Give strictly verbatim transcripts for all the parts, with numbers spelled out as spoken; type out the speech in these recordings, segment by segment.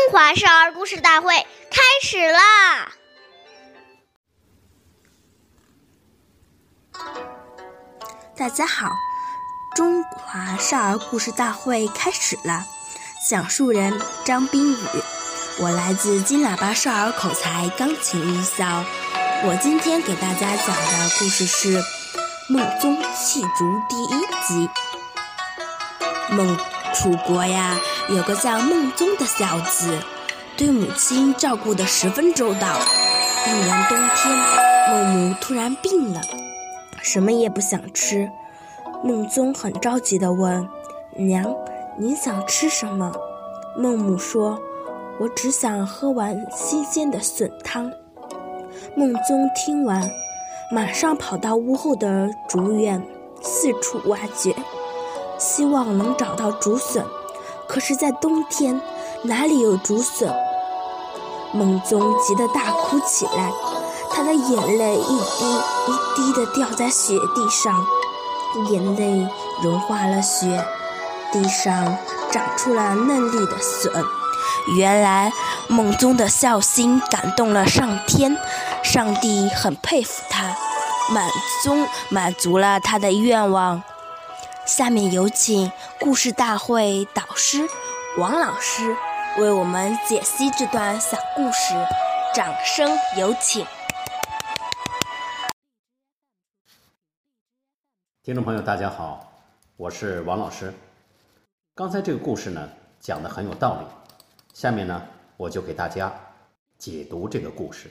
华少儿故事大会开始啦！ 大家好，中华少儿故事大会开始了。讲述人张冰雨，我来自金喇叭少儿口才钢琴艺校。我今天给大家讲的故事是《孟宗弃竹》第一集。孟楚国呀，有个叫孟宗的小子，对母亲照顾得十分周到。一年冬天，孟母突然病了，什么也不想吃。孟宗很着急地问：“娘，你想吃什么？”孟母说：“我只想喝碗新鲜的笋汤。”孟宗听完，马上跑到屋后的竹院，四处挖掘，希望能找到竹笋。可是在冬天，哪里有竹笋？孟宗急得大哭起来，他的眼泪一滴一滴地掉在雪地上，眼泪融化了雪，地上长出了嫩绿的笋。原来孟宗的孝心感动了上天，上帝很佩服他，满宗满足了他的愿望。下面有请故事大会导师王老师为我们解析这段小故事，掌声有请。 听众朋友大家好，我是王老师。刚才这个故事呢讲得很有道理，下面呢我就给大家解读这个故事。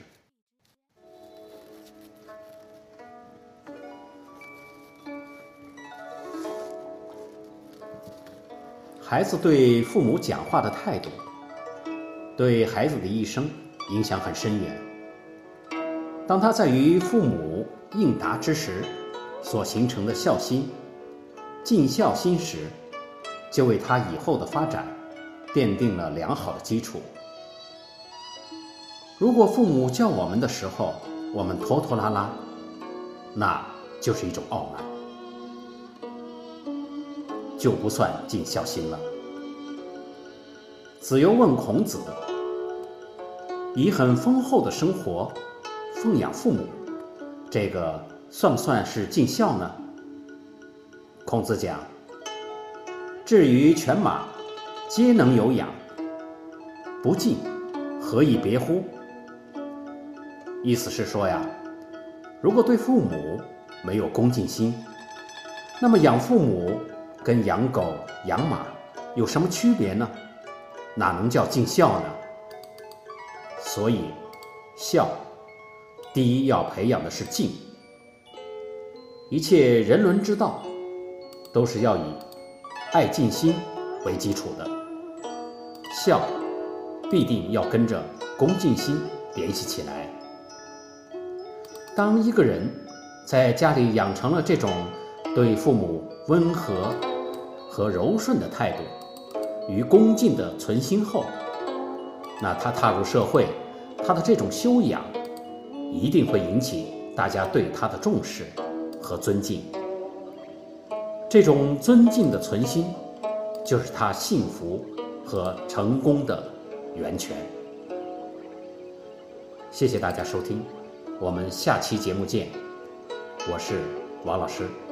孩子对父母讲话的态度，对孩子的一生影响很深远。当他在与父母应答之时所形成的孝心、尽孝心时，就为他以后的发展奠定了良好的基础。如果父母叫我们的时候，我们拖拖拉拉，那就是一种傲慢，就不算尽孝心了。子游问孔子，以很丰厚的生活奉养父母，这个算不算是尽孝呢？孔子讲：至于犬马，皆能有养，不尽，何以别乎？意思是说呀，如果对父母没有恭敬心，那么养父母跟养狗、养马有什么区别呢？哪能叫尽孝呢？所以，孝，第一要培养的是敬。一切人伦之道，都是要以爱敬心为基础的，孝必定要跟着恭敬心联系起来。当一个人在家里养成了这种对父母温和和柔顺的态度与恭敬的存心后，那他踏入社会，他的这种修养一定会引起大家对他的重视和尊敬。这种尊敬的存心，就是他幸福和成功的源泉。谢谢大家收听，我们下期节目见。我是王老师。